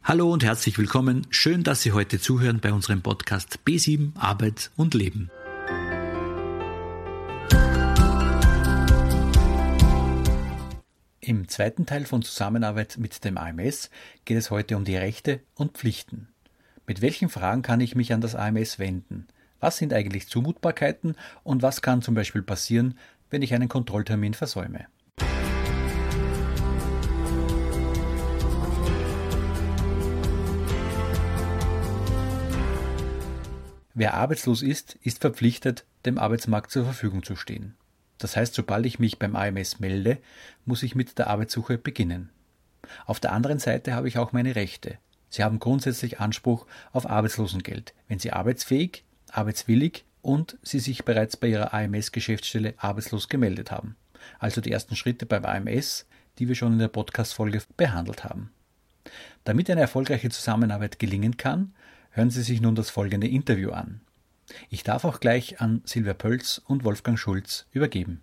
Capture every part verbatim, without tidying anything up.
Hallo und herzlich willkommen. Schön, dass Sie heute zuhören bei unserem Podcast B sieben Arbeit und Leben. Im zweiten Teil von Zusammenarbeit mit dem A M S geht es heute um die Rechte und Pflichten. Mit welchen Fragen kann ich mich an das A M S wenden? Was sind eigentlich Zumutbarkeiten und was kann zum Beispiel passieren, wenn ich einen Kontrolltermin versäume? Wer arbeitslos ist, ist verpflichtet, dem Arbeitsmarkt zur Verfügung zu stehen. Das heißt, sobald ich mich beim A M S melde, muss ich mit der Arbeitssuche beginnen. Auf der anderen Seite habe ich auch meine Rechte. Sie haben grundsätzlich Anspruch auf Arbeitslosengeld, wenn Sie arbeitsfähig, arbeitswillig und Sie sich bereits bei Ihrer A M S-Geschäftsstelle arbeitslos gemeldet haben. Also die ersten Schritte beim A M S, die wir schon in der Podcast-Folge behandelt haben. Damit eine erfolgreiche Zusammenarbeit gelingen kann, hören Sie sich nun das folgende Interview an. Ich darf auch gleich an Silvia Pölz und Wolfgang Schulz übergeben.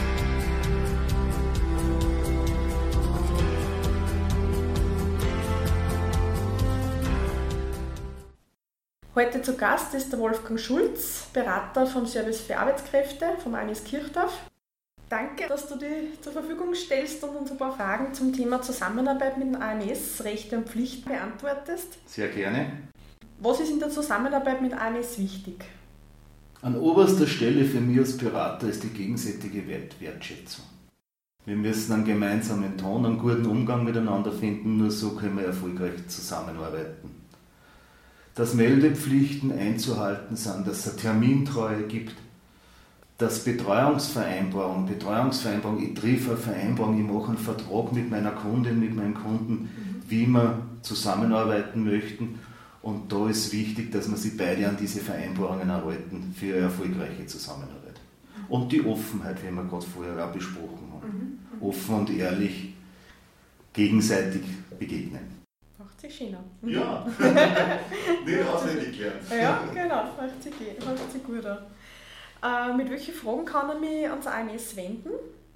Heute zu Gast ist der Wolfgang Schulz, Berater vom Service für Arbeitskräfte vom A M S Kirchdorf. Danke, dass du dich zur Verfügung stellst und uns ein paar Fragen zum Thema Zusammenarbeit mit dem A M S, Rechte und Pflichten beantwortest. Sehr gerne. Was ist in der Zusammenarbeit mit A M S wichtig? An oberster Stelle für mich als Berater ist die gegenseitige Wertschätzung. Wir müssen einen gemeinsamen Ton, einen guten Umgang miteinander finden, nur so können wir erfolgreich zusammenarbeiten. Dass Meldepflichten einzuhalten sind, dass es eine Termintreue gibt, dass Betreuungsvereinbarung, Betreuungsvereinbarung, ich treffe eine Vereinbarung, ich mache einen Vertrag mit meiner Kundin, mit meinem Kunden, mhm. wie wir zusammenarbeiten möchten. Und da ist wichtig, dass man sich beide an diese Vereinbarungen erhalten für eine erfolgreiche Zusammenarbeit. Und die Offenheit, wie wir gerade vorher auch besprochen haben. Mhm. Offen und ehrlich gegenseitig begegnen. Macht sich schöner. Ja, nicht auswendig gelernt. Ja, genau, macht sich, macht sich gut an. Äh, mit welchen Fragen kann er mich ans A M S wenden?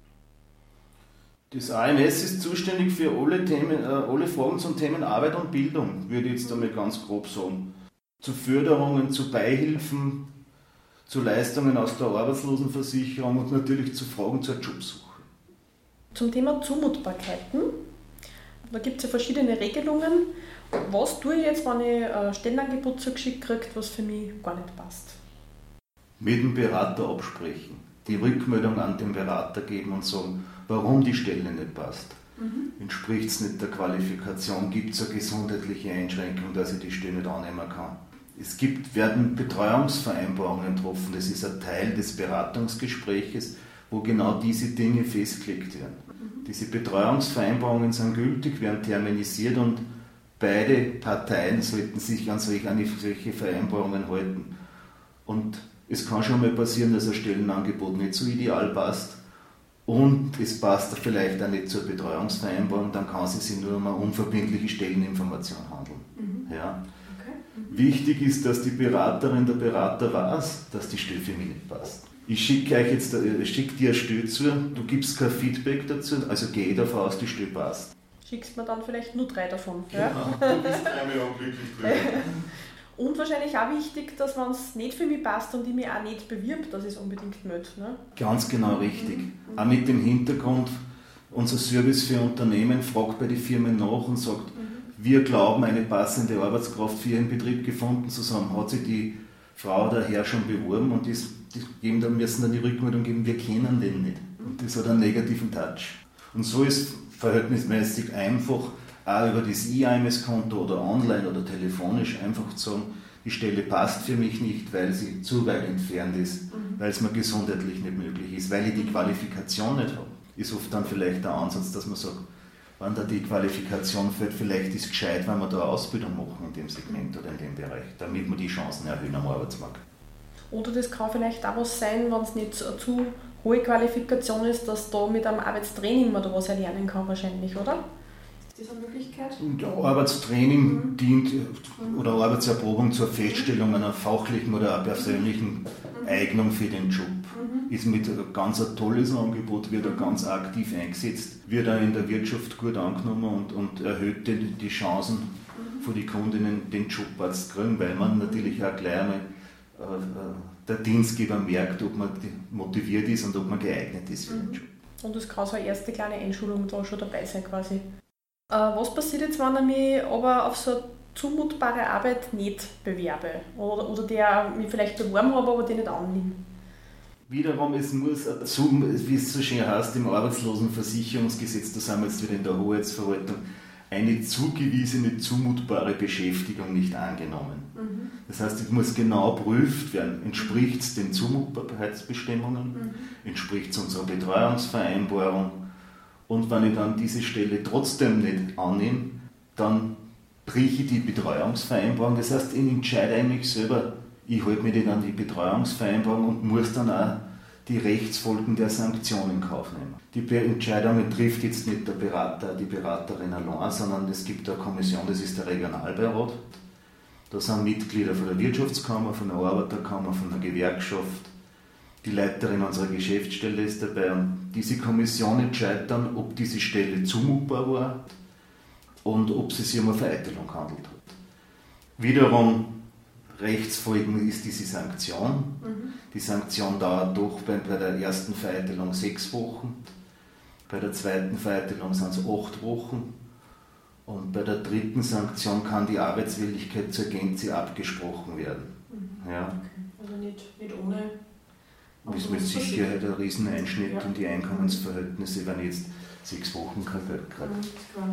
Das A M S ist zuständig für alle, Themen, äh, alle Fragen zum Thema Arbeit und Bildung, würde ich jetzt einmal ganz grob sagen. Zu Förderungen, zu Beihilfen, zu Leistungen aus der Arbeitslosenversicherung und natürlich zu Fragen zur Jobsuche. Zum Thema Zumutbarkeiten. Da gibt es ja verschiedene Regelungen. Was tue ich jetzt, wenn ich ein Stellenangebot zugeschickt kriege, was für mich gar nicht passt? Mit dem Berater absprechen, die Rückmeldung an den Berater geben und sagen, warum die Stelle nicht passt. Mhm. Entspricht es nicht der Qualifikation? Gibt es eine gesundheitliche Einschränkung, dass ich die Stelle nicht annehmen kann? Es gibt, werden Betreuungsvereinbarungen getroffen. Das ist ein Teil des Beratungsgespräches, wo genau diese Dinge festgelegt werden. Mhm. Diese Betreuungsvereinbarungen sind gültig, werden terminisiert und beide Parteien sollten sich an solche, an solche Vereinbarungen halten. Und es kann schon mal passieren, dass ein Stellenangebot nicht so ideal passt. Und es passt vielleicht auch nicht zur Betreuungsvereinbarung, dann kann es sich nur um eine unverbindliche Stelleninformation handeln. Mhm. Ja. Okay. Mhm. Wichtig ist, dass die Beraterin, der Berater weiß, dass die Stelle für mich nicht passt. Ich schicke euch jetzt, ich schicke dir eine Stelle zu, du gibst kein Feedback dazu, also gehe davon aus, die Stelle passt. Schickst mir dann vielleicht nur drei davon. Genau, ja? Du bist dreimal unglücklich drüber. Und wahrscheinlich auch wichtig, dass wenn es nicht für mich passt und ich mich auch nicht bewirbt, dass ich es unbedingt möchte. Ne? Ganz genau richtig. Mhm. Auch mit dem Hintergrund, unser Service für Unternehmen fragt bei den Firmen nach und sagt, mhm. wir glauben, eine passende Arbeitskraft für Ihren Betrieb gefunden zu haben. Hat sich die Frau oder Herr schon beworben und die, die geben, dann müssen dann die Rückmeldung geben, wir kennen den nicht. Und das hat einen negativen Touch. Und so ist verhältnismäßig einfach, auch über das I A M S-Konto oder online oder telefonisch einfach zu sagen, die Stelle passt für mich nicht, weil sie zu weit entfernt ist, mhm. weil es mir gesundheitlich nicht möglich ist, weil ich die Qualifikation nicht habe. Ist oft dann vielleicht der Ansatz, dass man sagt, wenn da die Qualifikation fällt, vielleicht ist es gescheit, wenn wir da eine Ausbildung machen in dem Segment oder in dem Bereich, damit wir die Chancen erhöhen am Arbeitsmarkt. Oder das kann vielleicht auch was sein, wenn es nicht zu, zu hohe Qualifikation ist, dass da mit einem Arbeitstraining man da was erlernen kann wahrscheinlich, oder? Ist das eine Möglichkeit? Und Arbeitstraining mhm. dient oder Arbeitserprobung zur Feststellung einer fachlichen oder persönlichen mhm. Eignung für den Job. Mhm. Ist mit ein ganz ein tolles Angebot, wird er ganz aktiv eingesetzt, wird er in der Wirtschaft gut angenommen und, und erhöht die, die Chancen von den Kundinnen den Jobarzt kriegen, weil man natürlich auch gleich einmal äh, der Dienstgeber merkt, ob man motiviert ist und ob man geeignet ist für den Job. Und es kann so eine erste kleine Einschulung da schon dabei sein quasi. Äh, was passiert jetzt, wenn ich mich aber auf so eine zumutbare Arbeit nicht bewerbe? Oder, oder der mich vielleicht beworben habe, aber die nicht annimmt? Wiederum, es muss, wie es so schön heißt, im Arbeitslosenversicherungsgesetz, da sind wir jetzt wieder in der Hoheitsverwaltung, eine zugewiesene, zumutbare Beschäftigung nicht angenommen. Mhm. Das heißt, es muss genau prüft werden, entspricht es den Zumutbarkeitsbestimmungen, mhm. entspricht es unserer Betreuungsvereinbarung, und wenn ich dann diese Stelle trotzdem nicht annehme, dann brich ich die Betreuungsvereinbarung. Das heißt, ich entscheide eigentlich selber, ich halte mich nicht an die Betreuungsvereinbarung und muss dann auch die Rechtsfolgen der Sanktionen in Kauf nehmen. Die Entscheidungen trifft jetzt nicht der Berater, die Beraterin allein, sondern es gibt eine Kommission, das ist der Regionalbeirat. Da sind Mitglieder von der Wirtschaftskammer, von der Arbeiterkammer, von der Gewerkschaft. Die Leiterin unserer Geschäftsstelle ist dabei. Und diese Kommission entscheidet dann, ob diese Stelle zumutbar war und ob es sich um eine Vereitelung handelt hat. Wiederum Rechtsfolgen ist diese Sanktion. Mhm. Die Sanktion dauert doch bei, bei der ersten Vereitelung sechs Wochen, bei der zweiten Vereitelung sind es acht Wochen und bei der dritten Sanktion kann die Arbeitswilligkeit zur Gänze abgesprochen werden. Mhm. Ja. Okay. Also nicht, nicht ohne. Das ist mit Sicherheit ein Rieseneinschnitt ja. Und die Einkommensverhältnisse, wenn jetzt sechs Wochen kein Geld kriegt. Mhm,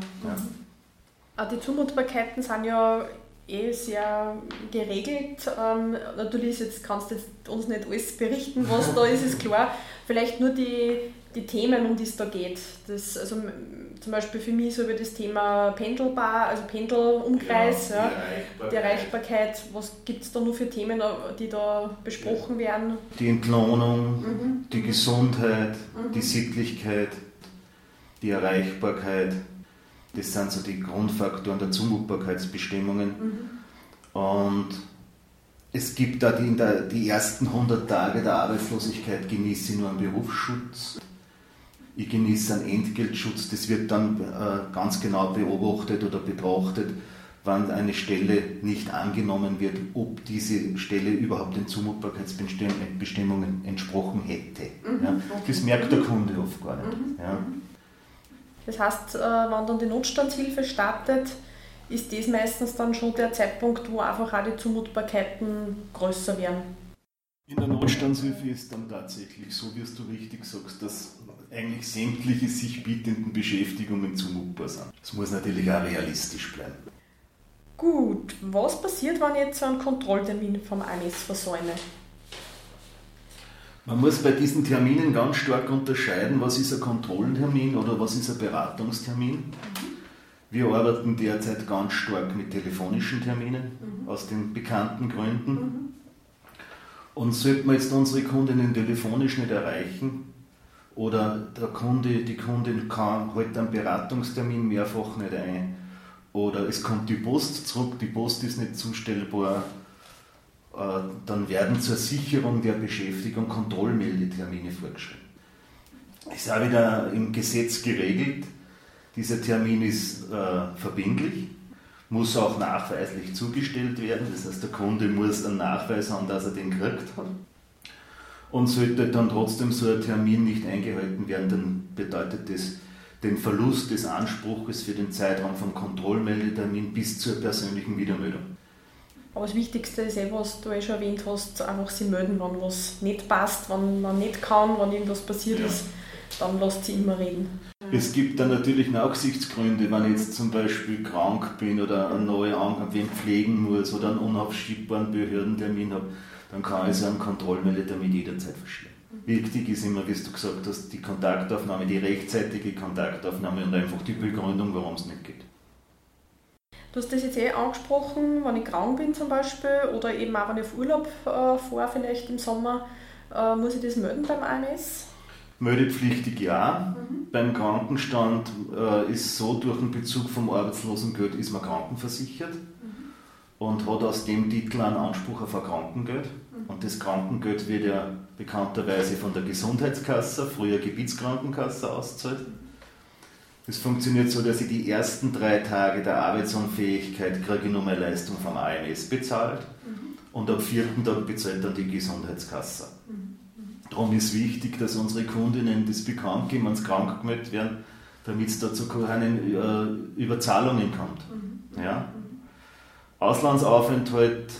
ja. Die Zumutbarkeiten sind ja eh sehr geregelt. Ähm, natürlich ist jetzt, kannst du jetzt uns nicht alles berichten, was da ist, ist klar. Vielleicht nur die, die Themen, um die es da geht. Das, also, zum Beispiel für mich so über das Thema Pendelbar, also Pendelumkreis, ja, die, ja, Erreichbarkeit. die Erreichbarkeit. Was gibt es da nur für Themen, die da besprochen ja. werden? Die Entlohnung, mhm. die Gesundheit, mhm. die Sittlichkeit, die Erreichbarkeit. Das sind so die Grundfaktoren der Zumutbarkeitsbestimmungen. Mhm. Und es gibt da die, in der, die ersten hundert Tage der Arbeitslosigkeit genieße ich nur einen Berufsschutz. Ich genieße einen Entgeltschutz. Das wird dann äh, ganz genau beobachtet oder betrachtet, wann eine Stelle nicht angenommen wird, ob diese Stelle überhaupt den Zumutbarkeitsbestimmungen entsprochen hätte. Mhm. Ja? Das merkt der Kunde oft gar nicht. Mhm. Ja? Das heißt, wenn dann die Notstandshilfe startet, ist das meistens dann schon der Zeitpunkt, wo einfach auch die Zumutbarkeiten größer werden. In der Notstandshilfe ist dann tatsächlich so, wie du richtig sagst, dass eigentlich sämtliche sich bietenden Beschäftigungen zumutbar sind. Das muss natürlich auch realistisch bleiben. Gut, was passiert, wenn ich jetzt so einen Kontrolltermin vom A M S versäume? Man muss bei diesen Terminen ganz stark unterscheiden, was ist ein Kontrollentermin oder was ist ein Beratungstermin. Mhm. Wir arbeiten derzeit ganz stark mit telefonischen Terminen, mhm. aus den bekannten Gründen. Mhm. Und sollten wir jetzt unsere Kundinnen telefonisch nicht erreichen oder der Kunde, die Kundin kann halt einen Beratungstermin mehrfach nicht ein oder es kommt die Post zurück, die Post ist nicht zustellbar, dann werden zur Sicherung der Beschäftigung Kontrollmeldetermine vorgeschrieben. Ist auch wieder im Gesetz geregelt. Dieser Termin ist äh, verbindlich, muss auch nachweislich zugestellt werden. Das heißt, der Kunde muss einen Nachweis haben, dass er den gekriegt hat. Und sollte dann trotzdem so ein Termin nicht eingehalten werden, dann bedeutet das den Verlust des Anspruches für den Zeitraum vom Kontrollmeldetermin bis zur persönlichen Wiedermeldung. Aber das Wichtigste ist eh, was du eh schon erwähnt hast, einfach sie melden, wenn was nicht passt, wenn man nicht kann, wenn irgendwas passiert ja. ist, dann lasst sie immer reden. Es gibt dann natürlich Nachsichtsgründe, wenn ich jetzt zum Beispiel krank bin oder eine neue Angehörige pflegen muss oder einen unaufschiebbaren Behördentermin habe, dann kann ich so einen Kontrollmeldetermin jederzeit verschieben. Wichtig ist immer, wie du gesagt hast, die Kontaktaufnahme, die rechtzeitige Kontaktaufnahme und einfach die Begründung, warum es nicht geht. Du hast das jetzt eh angesprochen, wenn ich krank bin zum Beispiel oder eben auch wenn ich auf Urlaub äh, fahre, vielleicht im Sommer, äh, muss ich das melden beim A M S? Meldepflichtig ja. Mhm. Beim Krankenstand äh, ist so, durch den Bezug vom Arbeitslosengeld ist man krankenversichert mhm. und hat aus dem Titel einen Anspruch auf ein Krankengeld. Mhm. Und das Krankengeld wird ja bekannterweise von der Gesundheitskasse, früher Gebietskrankenkasse, ausgezahlt. Das funktioniert so, dass ich die ersten drei Tage der Arbeitsunfähigkeit kriege ich nur meine Leistung vom A M S bezahlt mhm. und am vierten Tag bezahlt dann die Gesundheitskasse. Mhm. Darum ist wichtig, dass unsere Kundinnen das bekannt geben, wenn sie krank gemeldet werden, damit es da zu keinen äh, Überzahlungen kommt. Mhm. Ja? Mhm. Auslandsaufenthalt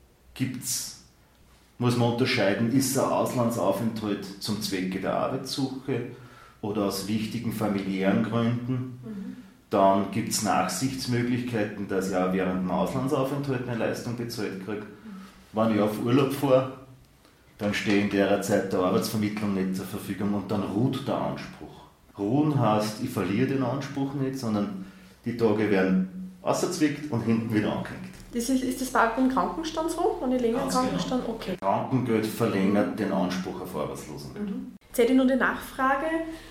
gibt's, muss man unterscheiden, ist ein Auslandsaufenthalt zum Zwecke der Arbeitssuche oder aus wichtigen familiären Gründen. Mhm. Dann gibt es Nachsichtsmöglichkeiten, dass ich auch während dem Auslandsaufenthalt eine Leistung bezahlt kriege. Mhm. Wenn ich auf Urlaub fahre, dann stehe in der Zeit der Arbeitsvermittlung nicht zur Verfügung und dann ruht der Anspruch. Ruhen heißt, ich verliere den Anspruch nicht, sondern die Tage werden ausgezwickt und hinten wieder angehängt. Das ist, ist das bei beim Krankenstand so, wenn ich länger im Krankenstand? Genau. Okay. Krankengeld verlängert den Anspruch auf Arbeitslosengeld. Mhm. Jetzt hätte ich noch die Nachfrage,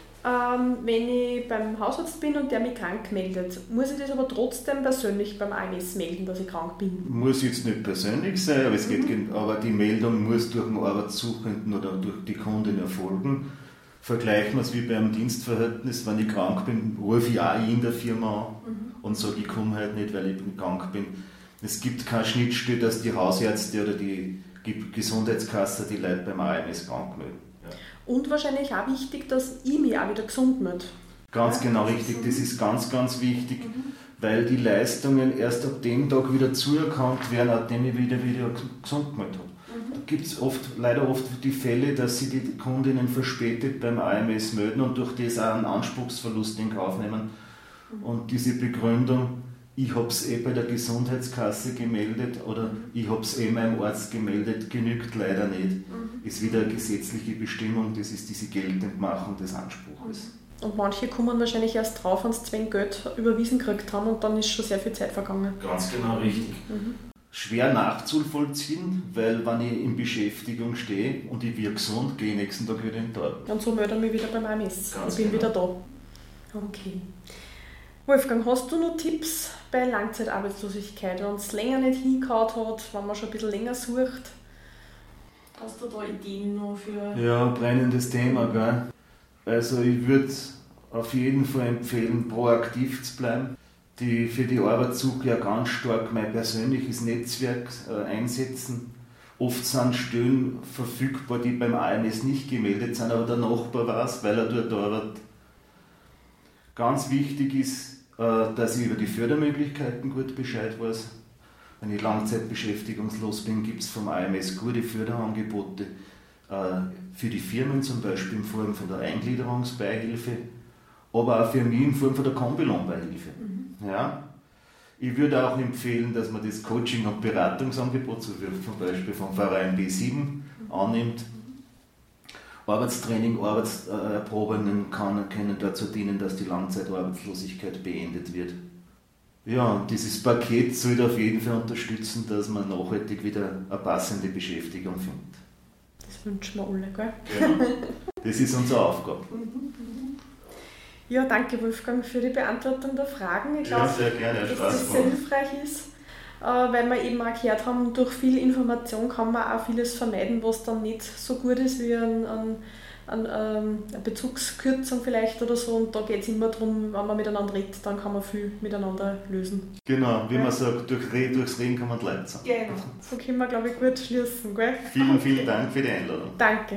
ähm, wenn ich beim Hausarzt bin und der mich krank meldet, muss ich das aber trotzdem persönlich beim A M S melden, dass ich krank bin? Muss jetzt nicht persönlich sein, aber, es geht, mhm. aber die Meldung muss durch den Arbeitssuchenden oder durch die Kundin erfolgen. Vergleichen wir es wie beim Dienstverhältnis, wenn ich krank bin, rufe ich auch in der Firma an mhm. und sage, ich komme halt nicht, weil ich krank bin. Es gibt keine Schnittstelle, dass die Hausärzte oder die Gesundheitskasse die Leute beim A M S krank melden. Ja. Und wahrscheinlich auch wichtig, dass ich mich auch wieder gesund melde. Ganz ja, genau richtig, das ist ganz, ganz wichtig, mhm. weil die Leistungen erst ab dem Tag wieder zuerkannt werden, nachdem ich wieder, wieder gesund gemeldet habe. Mhm. Da gibt es oft, leider oft die Fälle, dass sie die Kundinnen verspätet beim A M S melden und durch das auch einen Anspruchsverlust in Kauf nehmen. Mhm. Und diese Begründung, ich habe es eh bei der Gesundheitskasse gemeldet oder ich habe es eh meinem Arzt gemeldet, genügt leider nicht. Mhm. Ist wieder eine gesetzliche Bestimmung, das ist diese Geltendmachung des Anspruches. Und manche kommen wahrscheinlich erst drauf, wenn sie zwei Geld überwiesen gekriegt haben und dann ist schon sehr viel Zeit vergangen. Ganz genau richtig. Mhm. Schwer nachzuvollziehen, weil wenn ich in Beschäftigung stehe und ich wirke gesund, gehe ich nächsten Tag wieder in den Tag. Und so melde ich mich wieder beim A M S. Ganz ich bin genau. wieder da. Okay. Wolfgang, hast du noch Tipps bei Langzeitarbeitslosigkeit, wenn es länger nicht hingehauen hat, wenn man schon ein bisschen länger sucht? Hast du da Ideen noch für... Ja, brennendes Thema, gell? Also ich würde auf jeden Fall empfehlen, proaktiv zu bleiben. Die für die Arbeitssuche ja ganz stark mein persönliches Netzwerk äh, einsetzen. Oft sind Stellen verfügbar, die beim A M S nicht gemeldet sind, aber der Nachbar weiß, weil er dort arbeitet. Ganz wichtig ist, dass ich über die Fördermöglichkeiten gut Bescheid weiß. Wenn ich langzeitbeschäftigungslos bin, gibt es vom A M S gute Förderangebote für die Firmen, zum Beispiel in Form von der Eingliederungsbeihilfe, aber auch für mich in Form von der Kombilohnbeihilfe. Mhm. Ja? Ich würde auch empfehlen, dass man das Coaching- und Beratungsangebot, so wie zum Beispiel vom Verein B sieben, mhm. annimmt. Arbeitstraining, Arbeitserprobungen kann, können dazu dienen, dass die Langzeitarbeitslosigkeit beendet wird. Ja, und dieses Paket sollte auf jeden Fall unterstützen, dass man nachhaltig wieder eine passende Beschäftigung findet. Das wünschen wir alle, gell? Genau. Das ist unsere Aufgabe. Ja, danke Wolfgang für die Beantwortung der Fragen. Ich glaube, ja, sehr gerne, dass das sehr hilfreich ist, weil wir eben auch gehört haben, durch viel Information kann man auch vieles vermeiden, was dann nicht so gut ist wie ein, ein, ein, eine Bezugskürzung vielleicht oder so. Und da geht es immer darum, wenn man miteinander redet, dann kann man viel miteinander lösen. Genau, wie ja. man sagt, durch Reden, durchs Reden kann man die Leute sagen. Genau, so können wir, glaube ich, gut schließen. Gell? Vielen, vielen Dank für die Einladung. Danke.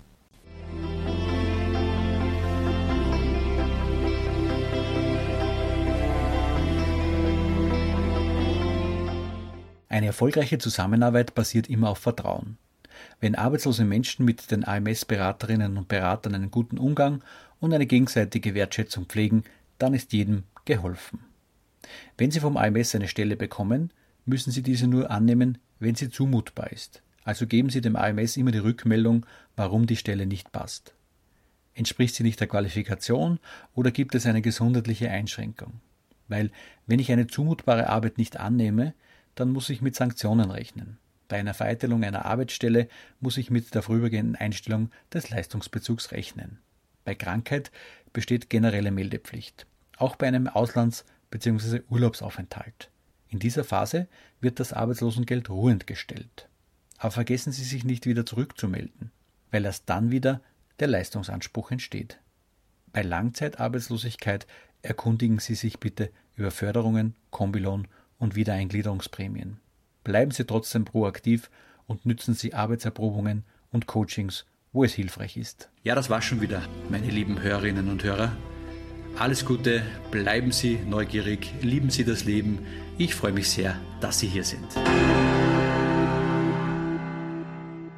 Eine erfolgreiche Zusammenarbeit basiert immer auf Vertrauen. Wenn arbeitslose Menschen mit den A M S-Beraterinnen und Beratern einen guten Umgang und eine gegenseitige Wertschätzung pflegen, dann ist jedem geholfen. Wenn Sie vom A M S eine Stelle bekommen, müssen Sie diese nur annehmen, wenn sie zumutbar ist. Also geben Sie dem A M S immer die Rückmeldung, warum die Stelle nicht passt. Entspricht sie nicht der Qualifikation oder gibt es eine gesundheitliche Einschränkung? Weil, wenn ich eine zumutbare Arbeit nicht annehme, dann muss ich mit Sanktionen rechnen. Bei einer Vereitelung einer Arbeitsstelle muss ich mit der vorübergehenden Einstellung des Leistungsbezugs rechnen. Bei Krankheit besteht generelle Meldepflicht, auch bei einem Auslands- bzw. Urlaubsaufenthalt. In dieser Phase wird das Arbeitslosengeld ruhend gestellt. Aber vergessen Sie sich nicht wieder zurückzumelden, weil erst dann wieder der Leistungsanspruch entsteht. Bei Langzeitarbeitslosigkeit erkundigen Sie sich bitte über Förderungen, Kombilohn und Wiedereingliederungsprämien. Bleiben Sie trotzdem proaktiv und nützen Sie Arbeitserprobungen und Coachings, wo es hilfreich ist. Ja, das war schon wieder, meine lieben Hörerinnen und Hörer. Alles Gute, bleiben Sie neugierig, lieben Sie das Leben. Ich freue mich sehr, dass Sie hier sind.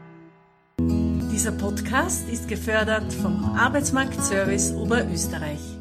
Dieser Podcast ist gefördert vom Arbeitsmarktservice Oberösterreich.